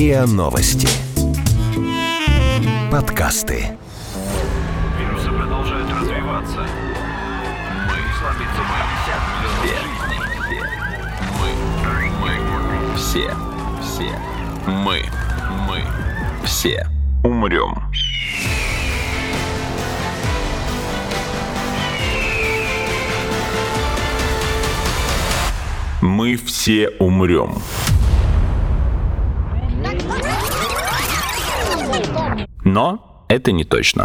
РИА Новости. Подкасты. Вирусы продолжают развиваться. Мы все умрем. Мы все умрем. Но это не точно.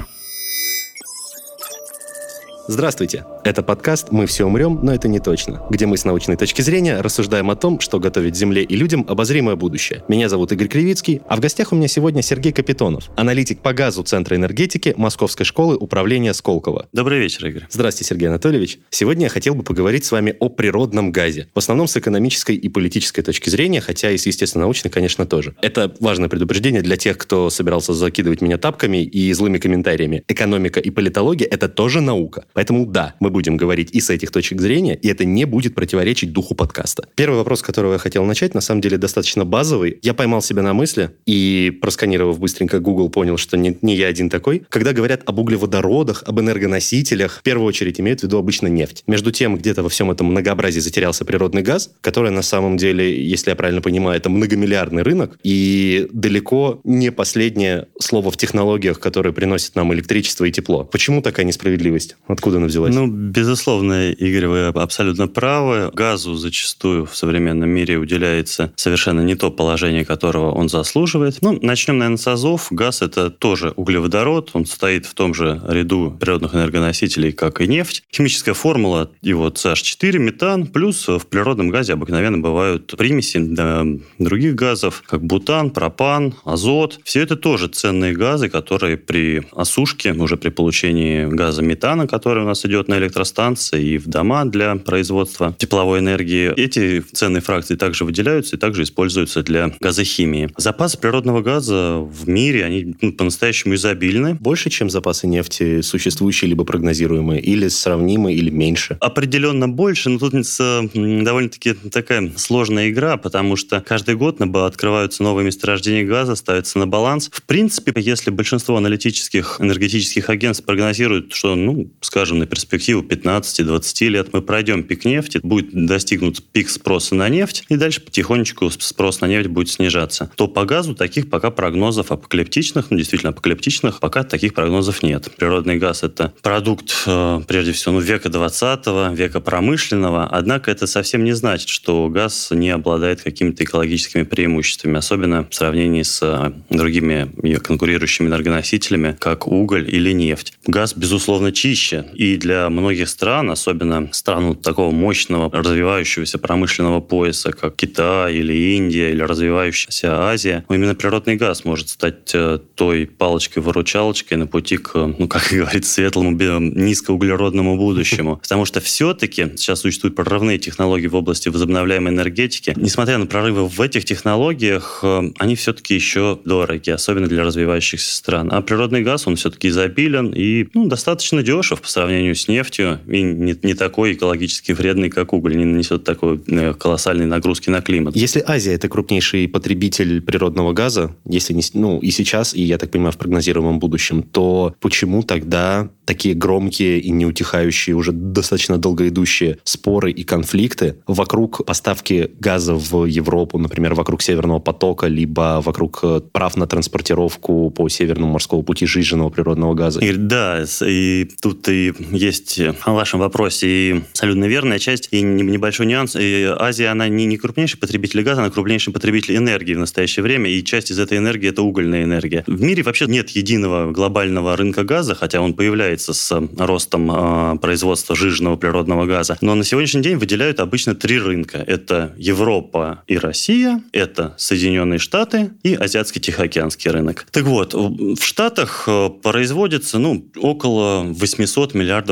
Здравствуйте! Это подкаст «Мы все умрем, но это не точно», где мы с научной точки зрения рассуждаем о том, что готовит Земле и людям обозримое будущее. Меня зовут Игорь Кривицкий, а в гостях у меня сегодня Сергей Капитонов, аналитик по газу Центра энергетики Московской школы управления Сколково. Добрый вечер, Игорь. Здравствуйте, Сергей Анатольевич. Сегодня я хотел бы поговорить с вами о природном газе. В основном с экономической и политической точки зрения, хотя и с естественно-научной, конечно, тоже. Это важное предупреждение для тех, кто собирался закидывать меня тапками и злыми комментариями. Экономика и политология – это тоже наука. Поэтому да, мы будем говорить и с этих точек зрения, и это не будет противоречить духу подкаста. Первый вопрос, с которого я хотел начать, на самом деле достаточно базовый. Я поймал себя на мысли и, просканировав быстренько Google, понял, что не я один такой. Когда говорят об углеводородах, об энергоносителях, в первую очередь имеют в виду обычно нефть. Между тем, где-то во всем этом многообразии затерялся природный газ, который на самом деле, если я правильно понимаю, это многомиллиардный рынок, и далеко не последнее слово в технологиях, которые приносят нам электричество и тепло. Почему такая несправедливость? Откуда она взялась? Безусловно, Игорь, вы абсолютно правы. Газу зачастую в современном мире уделяется совершенно не то положение, которого он заслуживает. Начнем, наверное, с азов. Газ – это тоже углеводород. Он стоит в том же ряду природных энергоносителей, как и нефть. Химическая формула его CH4, метан, плюс в природном газе обыкновенно бывают примеси других газов, как бутан, пропан, азот. Все это тоже ценные газы, которые при осушке, уже при получении газа метана, который у нас идет на электростанции и в дома для производства тепловой энергии. Эти ценные фракции также выделяются и также используются для газохимии. Запасы природного газа в мире, они по-настоящему изобильны. Больше, чем запасы нефти, существующие либо прогнозируемые, или сравнимые, или меньше? Определенно больше, но тут довольно-таки такая сложная игра, потому что каждый год открываются новые месторождения газа, ставятся на баланс. В принципе, если большинство аналитических энергетических агентств прогнозируют, что, скажем, на перспективу 15-20 лет мы пройдем пик нефти, будет достигнут пик спроса на нефть, и дальше потихонечку спрос на нефть будет снижаться, то по газу таких пока прогнозов апокалиптичных, действительно апокалиптичных, пока таких прогнозов нет. Природный газ – это продукт, прежде всего, века 20-го, века промышленного, однако это совсем не значит, что газ не обладает какими-то экологическими преимуществами, особенно в сравнении с другими конкурирующими энергоносителями, как уголь или нефть. Газ, безусловно, чище, и для многих стран, особенно стран такого мощного развивающегося промышленного пояса, как Китай или Индия, или развивающаяся Азия, именно природный газ может стать той палочкой-выручалочкой на пути к, как говорится, светлому низкоуглеродному будущему. Потому что все-таки сейчас существуют прорывные технологии в области возобновляемой энергетики. Несмотря на прорывы в этих технологиях, они все-таки еще дороги, особенно для развивающихся стран. А природный газ, он все-таки изобилен и достаточно дешев по сравнению с нефтью и не такой экологически вредный, как уголь, не нанесет такой колоссальной нагрузки на климат. Если Азия – это крупнейший потребитель природного газа, если не, и сейчас, и, я так понимаю, в прогнозируемом будущем, то почему тогда такие громкие и неутихающие, уже достаточно долгоидущие споры и конфликты вокруг поставки газа в Европу, например, вокруг Северного потока, либо вокруг прав на транспортировку по Северному морскому пути сжиженного природного газа? Да, и тут и есть в вашем вопросе и абсолютно верная часть, и небольшой нюанс. И Азия, она не крупнейший потребитель газа, она крупнейший потребитель энергии в настоящее время, и часть из этой энергии – это угольная энергия. В мире вообще нет единого глобального рынка газа, хотя он появляется с ростом производства сжиженного природного газа. Но на сегодняшний день выделяют обычно 3 рынка. Это Европа и Россия, это Соединенные Штаты и Азиатско-Тихоокеанский рынок. Так вот, в Штатах производится около 800 миллиардов кубических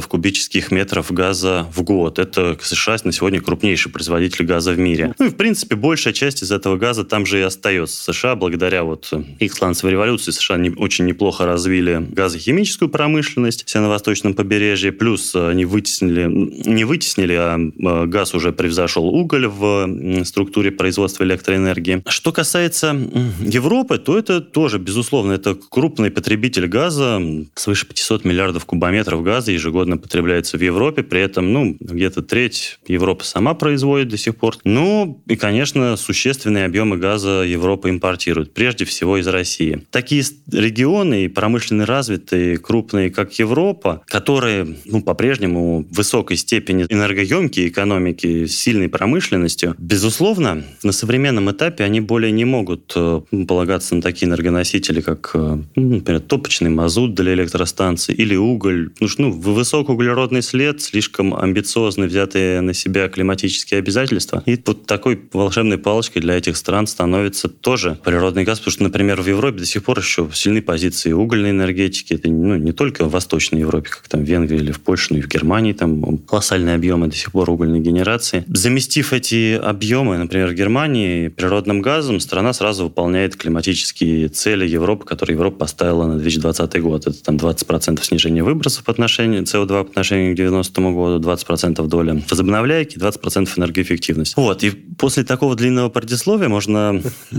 кубических метров газа в год. Это США на сегодня крупнейший производитель газа в мире. Ну и, в принципе, большая часть из этого газа там же и остается. США, благодаря их сланцевой революции, США очень неплохо развили газохимическую промышленность на восточном побережье, плюс они не вытеснили, а газ уже превзошел уголь в структуре производства электроэнергии. Что касается Европы, то это тоже, безусловно, это крупный потребитель газа. Свыше 500 миллиардов кубометров газа ежегодно потребляется в Европе. При этом, где-то треть Европа сама производит до сих пор. Ну, и, конечно, существенные объемы газа Европа импортирует. Прежде всего из России. Такие регионы, промышленно развитые, крупные, как Европа, которые, по-прежнему в высокой степени энергоемкие экономики с сильной промышленностью, безусловно, на современном этапе они более не могут полагаться на такие энергоносители, как, например, топочный мазут для электростанций или уголь. Потому что высокоуглеродный след, слишком амбициозно взятые на себя климатические обязательства. И вот такой волшебной палочкой для этих стран становится тоже природный газ, потому что, например, в Европе до сих пор еще сильны позиции угольной энергетики. Это не только в Восточной Европе, как там в Венгрии или в Польше, но и в Германии там колоссальные объемы до сих пор угольной генерации. Заместив эти объемы, например, в Германии природным газом, страна сразу выполняет климатические цели Европы, которые Европа поставила на 2020 год. Это там 20% снижения выбросов по отношению СО2 по отношению к 90 году, 20% доля возобновляемых, 20% энергоэффективность. Вот. И после такого длинного предисловия можно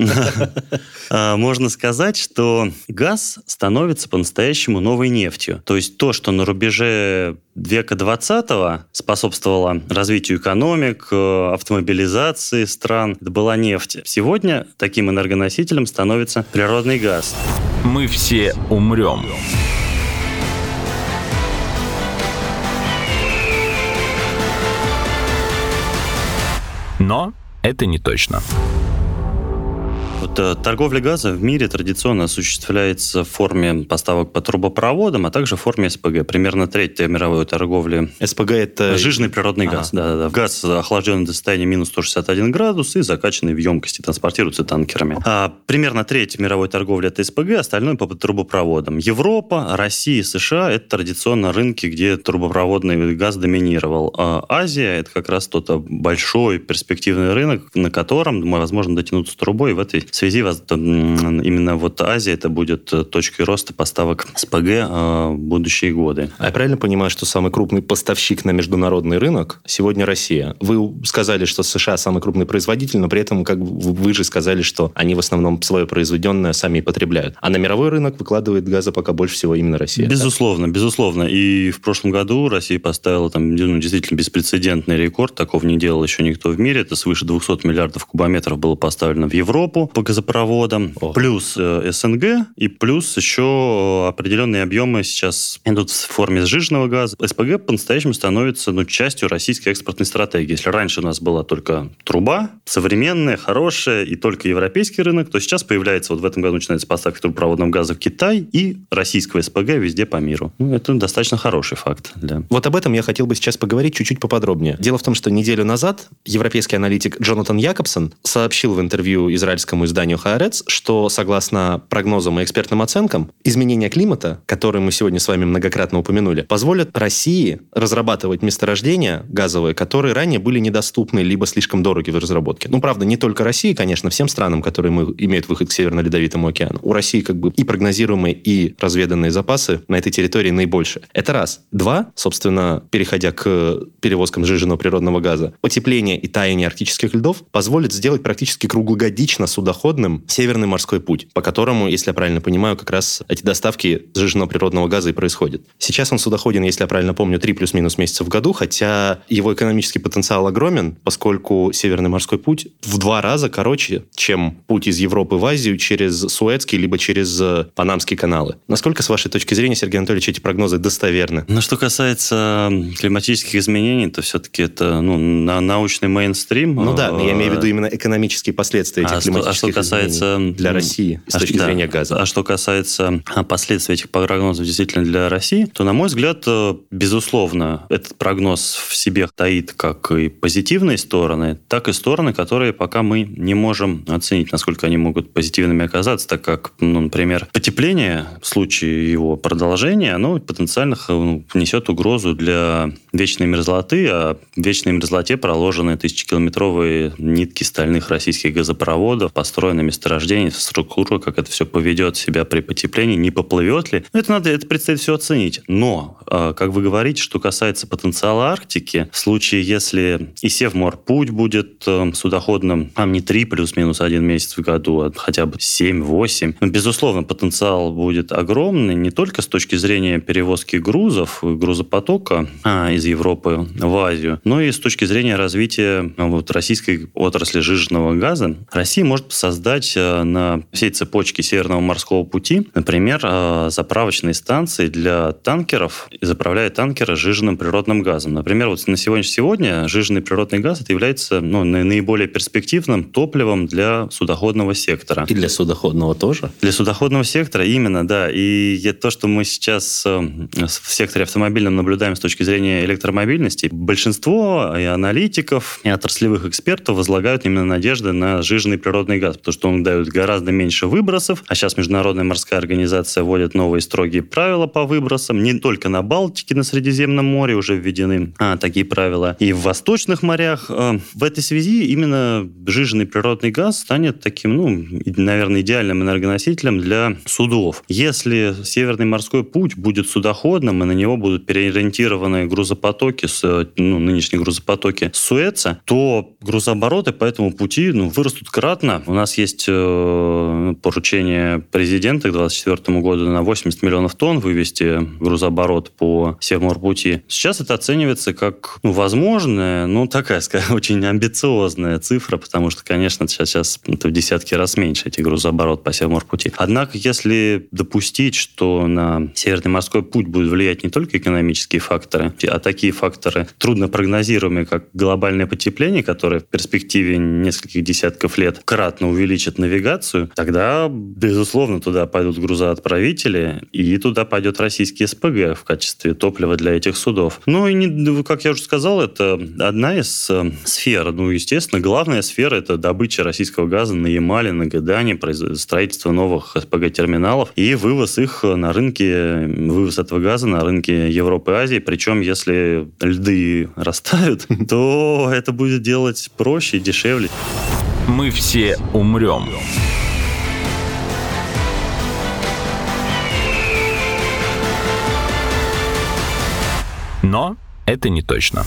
сказать, что газ становится по-настоящему новой нефтью. То есть то, что на рубеже века 20-го способствовало развитию экономик, автомобилизации стран, это была нефть. Сегодня таким энергоносителем становится природный газ. Мы все умрем. Но это не точно. Торговля газа в мире традиционно осуществляется в форме поставок по трубопроводам, а также в форме СПГ. Примерно треть мировой торговли. СПГ – это... Жирный природный газ. Да. Газ охлажденный до состояния минус 161 градус и закачанный в емкости, транспортируется танкерами. Примерно треть мировой торговли – это СПГ, остальное по трубопроводам. Европа, Россия, США – это традиционно рынки, где трубопроводный газ доминировал. Азия – это как раз тот большой перспективный рынок, на котором мы, возможно, дотянуться трубой. И в этой связи именно Азия это будет точкой роста поставок СПГ в будущие годы. А я правильно понимаю, что самый крупный поставщик на международный рынок сегодня Россия? Вы сказали, что США самый крупный производитель, но при этом вы же сказали, что они в основном свое произведенное сами и потребляют. А на мировой рынок выкладывает газа пока больше всего именно Россия. Безусловно, да? Безусловно. И в прошлом году Россия поставила действительно беспрецедентный рекорд. Такого не делал еще никто в мире. Это свыше 200 миллиардов кубометров было поставлено в Европу по газопроводам, плюс СНГ, и плюс еще определенные объемы сейчас идут в форме сжиженного газа. СПГ по-настоящему становится частью российской экспортной стратегии. Если раньше у нас была только труба, современная, хорошая, и только европейский рынок, то сейчас появляется, в этом году начинается поставка трубопроводного газа в Китай и российского СПГ везде по миру. Это достаточно хороший факт. Вот об этом я хотел бы сейчас поговорить чуть-чуть поподробнее. Дело в том, что неделю назад европейский аналитик Джонатан Якобсон сообщил в интервью израильскому изданию Haaretz, что, согласно прогнозам и экспертным оценкам, изменения климата, которые мы сегодня с вами многократно упомянули, позволят России разрабатывать месторождения газовые, которые ранее были недоступны, либо слишком дороги в разработке. Правда, не только России, конечно, всем странам, которые имеют выход к Северно-Ледовитому океану. У России и прогнозируемые, и разведанные запасы на этой территории наибольшие. Это раз. Два, собственно, переходя к перевозкам сжиженного природного газа, потепление и таяние арктических льдов позволит сделать практически круглогодично судоходным Северный морской путь, по которому, если я правильно понимаю, как раз эти доставки сжиженного природного газа и происходят. Сейчас он судоходен, если я правильно помню, 3 плюс-минус месяца в году, хотя его экономический потенциал огромен, поскольку Северный морской путь в 2 раза короче, чем путь из Европы в Азию через Суэцкий либо через Панамские каналы. Насколько, с вашей точки зрения, Сергей Анатольевич, эти прогнозы достоверны? Что касается климатических изменений, то все-таки это научный мейнстрим. Я имею в виду именно экономические последствия этих климатических что касается для России с точки зрения газа. А что касается последствий этих прогнозов действительно для России, то, на мой взгляд, безусловно, этот прогноз в себе таит как и позитивные стороны, так и стороны, которые пока мы не можем оценить, насколько они могут позитивными оказаться, так как, например, потепление в случае его продолжения, оно потенциально несет угрозу для вечной мерзлоты, а в вечной мерзлоте проложены тысячекилометровые нитки стальных российских газопроводов, построены месторождения, инфраструктура, как это все поведет себя при потеплении, не поплывет ли. Это предстоит все оценить. Но, как вы говорите, что касается потенциала Арктики, в случае, если и Севморпуть будет судоходным, не 3 плюс-минус 1 месяц в году, а хотя бы 7-8, безусловно, потенциал будет огромный, не только с точки зрения перевозки грузов, грузопотока из Европы в Азию, но и с точки зрения развития российской отрасли жиженного газа. Россия может создать на всей цепочке Северного морского пути, например, заправочные станции для танкеров, заправляя танкеры жиженным природным газом. Например, вот на сегодня жиженный природный газ это является наиболее перспективным топливом для судоходного сектора. И для судоходного тоже? Для судоходного сектора именно, да. И то, что мы сейчас в секторе автомобильном наблюдаем с точки зрения электромобильности, большинство и аналитиков, и отраслевых экспертов возлагают именно надежды на жиженный природный газ, потому что он дает гораздо меньше выбросов, а сейчас Международная морская организация вводит новые строгие правила по выбросам, не только на Балтике, на Средиземном море уже введены такие правила, и в восточных морях. В этой связи именно жиженный природный газ станет таким, наверное, идеальным энергоносителем для судов. Если Северный морской путь будет судоходным, и на него будут переориентированы грузопотоки, нынешние грузопотоки с Суэца, то грузообороты по этому пути вырастут кратно. У нас есть поручение президента к 2024 году на 80 миллионов тонн вывести грузооборот по Севморпути. Сейчас это оценивается как возможная, такая, очень амбициозная цифра, потому что, конечно, сейчас это в десятки раз меньше, эти грузооборот по Севморпути. Однако, если допустить, что на Северный морской путь будут влиять не только экономические факторы, а такие факторы трудно прогнозируемые, как глобальное потепление, которое в перспективе нескольких десятков лет кратно увеличит навигацию, тогда, безусловно, туда пойдут грузоотправители, и туда пойдет российский СПГ в качестве топлива для этих судов. И, как я уже сказал, это одна из сфер. Естественно, главная сфера – это добыча российского газа на Ямале, на Гадане, строительство новых СПГ-терминалов и вывоз этого газа на рынке Европы и Азии. Причем, если льды растают, то это будет делать проще и дешевле. Мы все умрем. Но это не точно.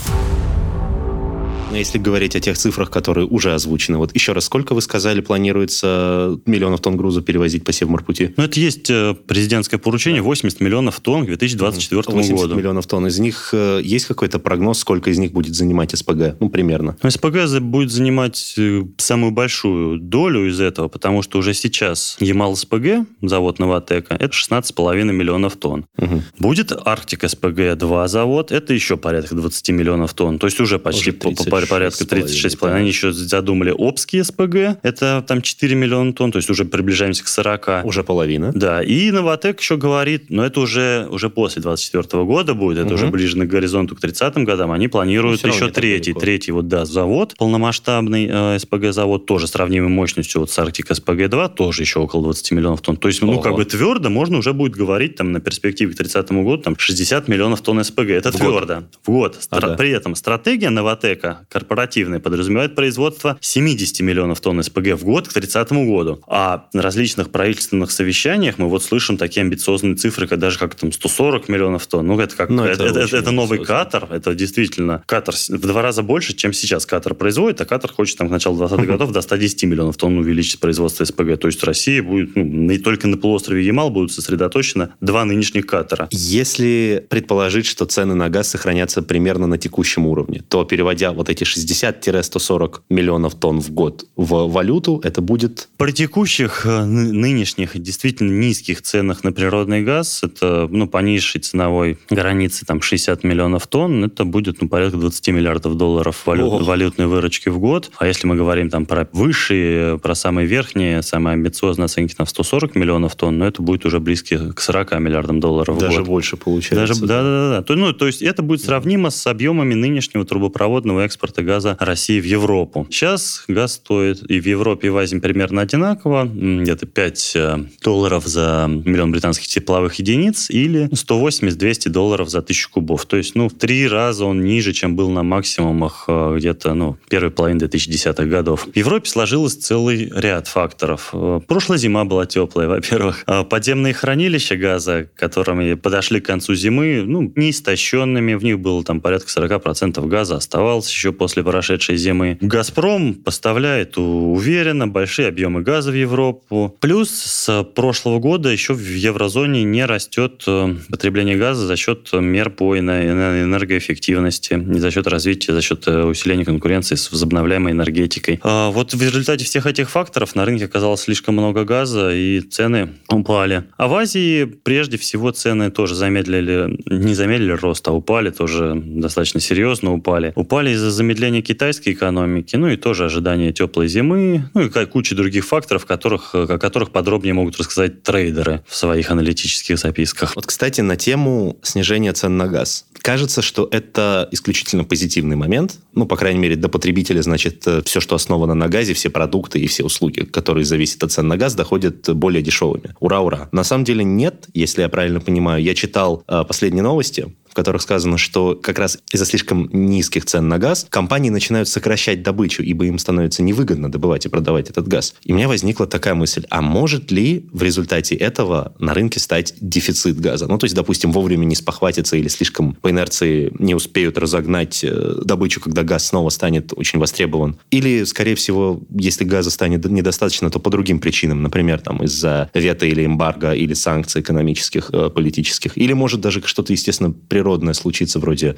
Если говорить о тех цифрах, которые уже озвучены, еще раз, сколько вы сказали, планируется миллионов тонн груза перевозить по Севморпути? Это есть президентское поручение, 80 миллионов тонн к 2024 году. 80 миллионов тонн. Из них есть какой-то прогноз, сколько из них будет занимать СПГ? Примерно. СПГ будет занимать самую большую долю из этого, потому что уже сейчас Ямал-СПГ, завод Новатэка, это 16,5 миллионов тонн. Угу. Будет Арктика-СПГ-2 завод, это еще порядка 20 миллионов тонн. То есть уже почти порядка 36,5. Они еще задумали Обский СПГ, это там 4 миллиона тонн, то есть уже приближаемся к 40. Уже половина. Да, и Новатэк еще говорит, но это уже после 2024 года будет, это уже ближе к горизонту к 30-м годам, они планируют еще третий завод, полномасштабный СПГ-завод, тоже сравнимой мощностью с Арктика СПГ-2, тоже еще около 20 миллионов тонн. То есть, твердо можно уже будет говорить на перспективе к 30-му году 60 миллионов тонн СПГ. Это твердо. В год. При этом стратегия Новатэка корпоративная подразумевает производство 70 миллионов тонн СПГ в год к 30 году. А на различных правительственных совещаниях мы слышим такие амбициозные цифры, даже 140 миллионов тонн. Это новый Катар. Это действительно Катар в 2 раза больше, чем сейчас Катар производит, а Катар хочет к началу 20-х годов до 110 миллионов тонн увеличить производство СПГ. То есть Россия будет, не только на полуострове Ямал будут сосредоточены 2 нынешних Катара. Если предположить, что цены на газ сохранятся примерно на текущем уровне, то, переводя эти эти 60-140 миллионов тонн в год в валюту, это будет... При текущих нынешних действительно низких ценах на природный газ, это по низшей ценовой границе 60 миллионов тонн, это будет порядка 20 миллиардов долларов валютной выручки в год. А если мы говорим про высшие, про самые верхние, самые амбициозные оценки 140 миллионов тонн, это будет уже близко к 40 миллиардам долларов в год. Даже больше получается. Да. То есть это будет сравнимо с объемами нынешнего трубопроводного экспорта газа России в Европу. Сейчас газ стоит и в Европе, и в Азии примерно одинаково, где-то $5 за миллион британских тепловых единиц или $180-200 за 1000 кубов. То есть, в 3 раза он ниже, чем был на максимумах где-то, первой половины 2010-х годов. В Европе сложилось целый ряд факторов. Прошлая зима была теплая, во-первых. Подземные хранилища газа, которыми подошли к концу зимы, не истощенными, в них было порядка 40% газа оставалось еще после прошедшей зимы. «Газпром» поставляет уверенно большие объемы газа в Европу. Плюс с прошлого года еще в еврозоне не растет потребление газа за счет мер по энергоэффективности, не за счет развития, за счет усиления конкуренции с возобновляемой энергетикой. Вот в результате всех этих факторов на рынке оказалось слишком много газа, и цены упали. А в Азии, прежде всего, цены тоже не замедлили рост, а упали тоже достаточно серьезно упали. Упали из-за замедления китайской экономики, и тоже ожидания теплой зимы, и куча других факторов, о которых подробнее могут рассказать трейдеры в своих аналитических записках. Вот, кстати, на тему снижения цен на газ. Кажется, что это исключительно позитивный момент. По крайней мере, до потребителя, значит, все, что основано на газе, все продукты и все услуги, которые зависят от цен на газ, доходят более дешевыми. Ура, ура. На самом деле нет, если я правильно понимаю. Я читал последние новости, в которых сказано, что как раз из-за слишком низких цен на газ компании начинают сокращать добычу, ибо им становится невыгодно добывать и продавать этот газ. И у меня возникла такая мысль, а может ли в результате этого на рынке стать дефицит газа? То есть, допустим, вовремя не спохватиться или слишком по инерции не успеют разогнать добычу, когда газ снова станет очень востребован. Или, скорее всего, если газа станет недостаточно, то по другим причинам, например, из-за вето или эмбарго, или санкций экономических, политических. Или, может, даже что-то, естественно, природное случится, вроде,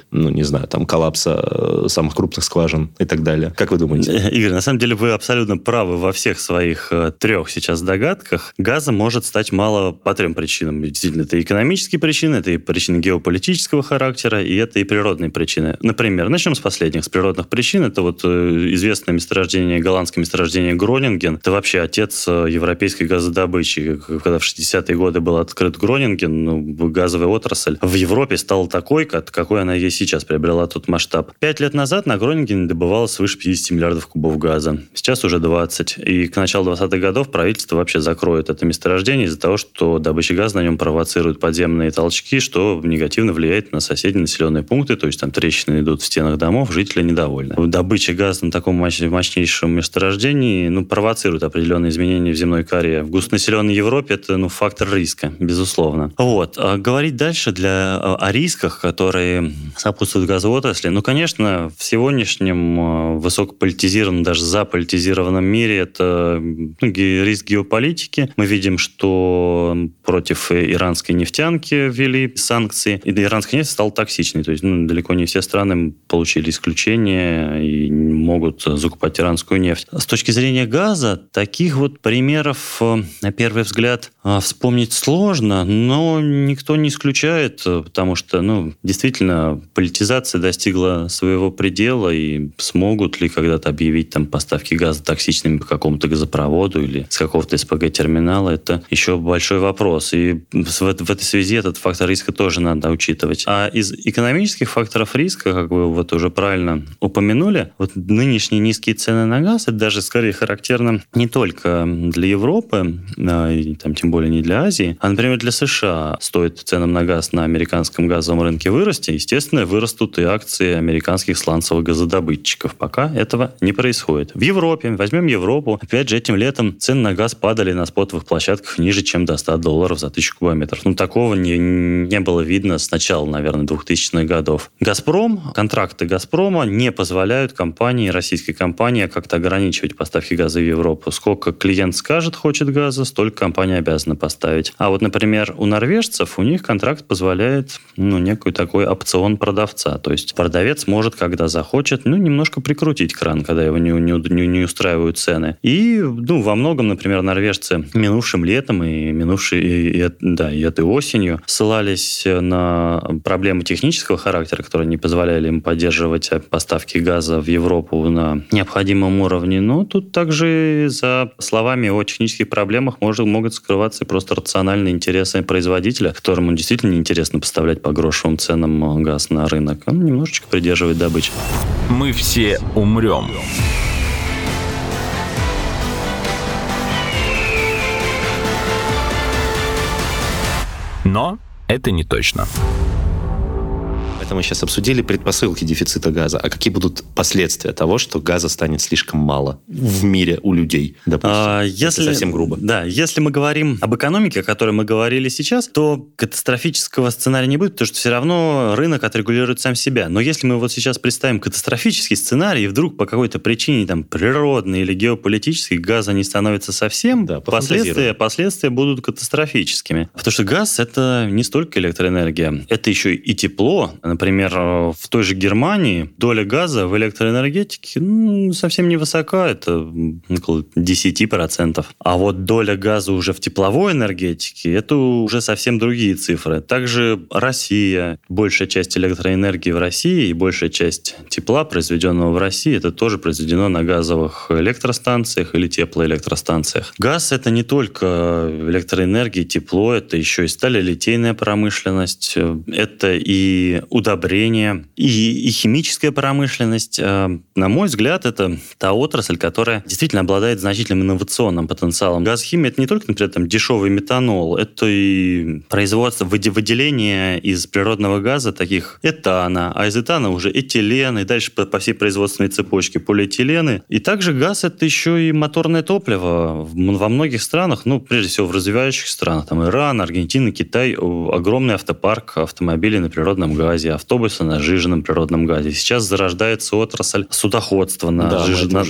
коллапса самых крупных скважин и так далее. Как вы думаете? Игорь, на самом деле вы абсолютно правы во всех своих 3 сейчас догадках. Газа может стать мало по 3 причинам. Действительно, это экономические причины, это и причины геополитического характера, и это и природные причины. Например, начнем с последних, с природных причин. Это известное голландское месторождение Гронинген. Это вообще отец европейской газодобычи. Когда в 60-е годы был открыт Гронинген, газовая отрасль в Европе стала такой, какой она есть сейчас, приобрела тот масштаб. 5 лет назад на Гронингене добывалось свыше 50 миллиардов кубов газа. Сейчас уже 20. И к началу 20-х годов правительство вообще закроет это месторождение из-за того, что добыча газа на нем провоцирует подземные толчки, что негативно влияет на соседние населенные пункты, то есть трещины идут в стенах домов, жители недовольны. Добыча газа на таком мощнейшем месторождении провоцирует определенные изменения в земной коре. В густонаселенной Европе это фактор риска, безусловно. А говорить дальше о рисках, которые сопутствуют газовой отрасли, конечно, в сегодняшнем высокополитизированном, даже заполитизированном мире это риск геополитики. Мы видим, что против иранской нефтянки ввели санкции, и иранская нефть стала токсичной. То есть далеко не все страны получили исключение и могут закупать иранскую нефть. С точки зрения газа, таких примеров, на первый взгляд, вспомнить сложно, но никто не исключает, потому что, действительно, политизация достигла своего предела, и смогут ли когда-то объявить поставки газа токсичными по какому-то газопроводу или с какого-то СПГ-терминала, это еще большой вопрос. И в этой связи этот фактор риска тоже надо учитывать. А из экономических факторов риска, как вы уже правильно упомянули, нынешние низкие цены на газ, это даже скорее характерно не только для Европы, и тем более не для Азии, а, например, для США. Стоит ценам на газ на американском газовом рынке вырасти, естественно, вырастут и акции американских сланцевых газодобытчиков. Пока этого не происходит. В Европе, возьмем Европу, опять же, этим летом цены на газ падали на спотовых площадках ниже, чем до $100 за 1000 кубометров. Такого не было видно с начала, наверное, 2000-х годов. Контракты «Газпрома» не позволяют российской компании как-то ограничивать поставки газа в Европу. Сколько клиент скажет, хочет газа, столько компания обязана обязаны поставить. А вот, например, у норвежцев, у них контракт позволяет, некий такой опцион продавца. То есть продавец может, когда захочет, немножко прикрутить кран, когда его не устраивают цены. И, во многом, например, норвежцы минувшим летом и этой осенью ссылались на проблемы технического характера, которые не позволяли им поддерживать поставки газа в Европу на необходимом уровне. Но тут также за словами о технических проблемах могут скрываться и просто рациональные интересы производителя, которому действительно неинтересно поставлять по грошевым ценам газ на рынок. Он немножечко придерживает добычу. Мы все умрем. Но это не точно. Это мы сейчас обсудили предпосылки дефицита газа. А какие будут последствия того, что газа станет слишком мало в мире у людей, допустим? Если совсем грубо. Да, если мы говорим об экономике, о которой мы говорили сейчас, то катастрофического сценария не будет, потому что все равно рынок отрегулирует сам себя. Но если мы вот сейчас представим катастрофический сценарий, и вдруг по какой-то причине, природной или геополитической, газа не становится совсем, последствия будут катастрофическими. Потому что газ — это не столько электроэнергия, это еще и тепло. Например, в той же Германии доля газа в электроэнергетике совсем невысока, это около 10%. А вот доля газа уже в тепловой энергетике, это уже совсем другие цифры. Также Россия, большая часть электроэнергии в России и большая часть тепла, произведенного в России, это тоже произведено на газовых электростанциях или теплоэлектростанциях. Газ — это не только электроэнергия, тепло, это еще и сталелитейная промышленность, это и удобрения, и химическая промышленность. На мой взгляд, это та отрасль, которая действительно обладает значительным инновационным потенциалом. Газхимия — это не только, например, дешевый метанол, это и производство, выделение из природного газа таких этана, а из этана уже этилен, и дальше по всей производственной цепочке полиэтилены. И также газ — это еще и моторное топливо. Во многих странах, прежде всего в развивающих странах, Иран, Аргентина, Китай, огромный автопарк автомобилей на природном газе, автобусы на сжиженном природном газе. Сейчас зарождается отрасль судоходства на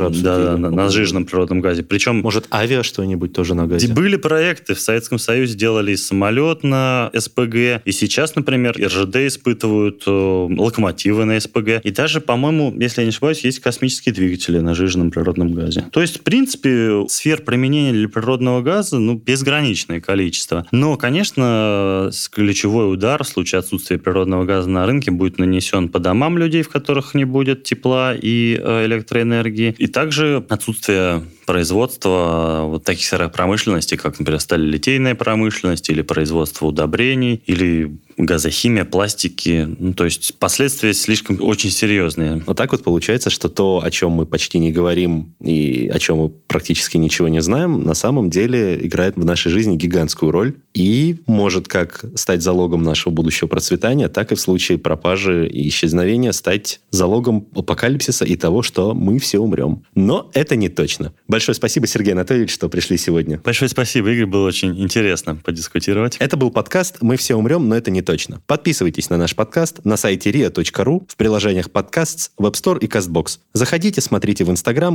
сжиженном природном газе. Причем, может, авиа что-нибудь тоже на газе? Были проекты. В Советском Союзе делали самолет на СПГ. И сейчас, например, РЖД испытывают локомотивы на СПГ. И даже, по-моему, если я не ошибаюсь, есть космические двигатели на сжиженном природном газе. То есть, в принципе, сфер применения для природного газа безграничное количество. Но, конечно, ключевой удар в случае отсутствия природного газа на рынке будет нанесен по домам людей, в которых не будет тепла и электроэнергии. И также отсутствие производства таких сырых промышленностей, как, например, сталелитейная промышленность или производство удобрений, или газохимия, пластики. То есть последствия слишком очень серьезные. Вот так вот получается, что то, о чем мы почти не говорим и о чем мы практически ничего не знаем, на самом деле играет в нашей жизни гигантскую роль и может как стать залогом нашего будущего процветания, так и в случае пропажи и исчезновения стать залогом апокалипсиса и того, что мы все умрем. Но это не точно. Большое спасибо, Сергей Анатольевич, что пришли сегодня. Большое спасибо, Игорь, было очень интересно подискутировать. Это был подкаст «Мы все умрем, но это не точно». Подписывайтесь на наш подкаст на сайте ria.ru, в приложениях Podcasts, Web Store и CastBox. Заходите, смотрите в Instagram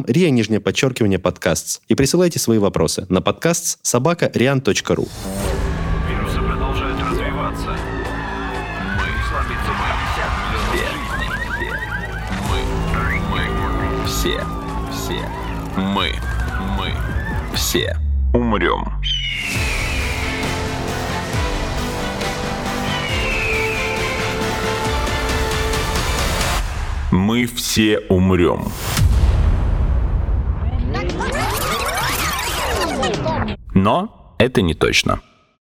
ria_подкастс и присылайте свои вопросы на podcasts@rian.ru. Вирусы продолжают развиваться. Мы сломиться мы все умрем. Мы все умрем. Но это не точно.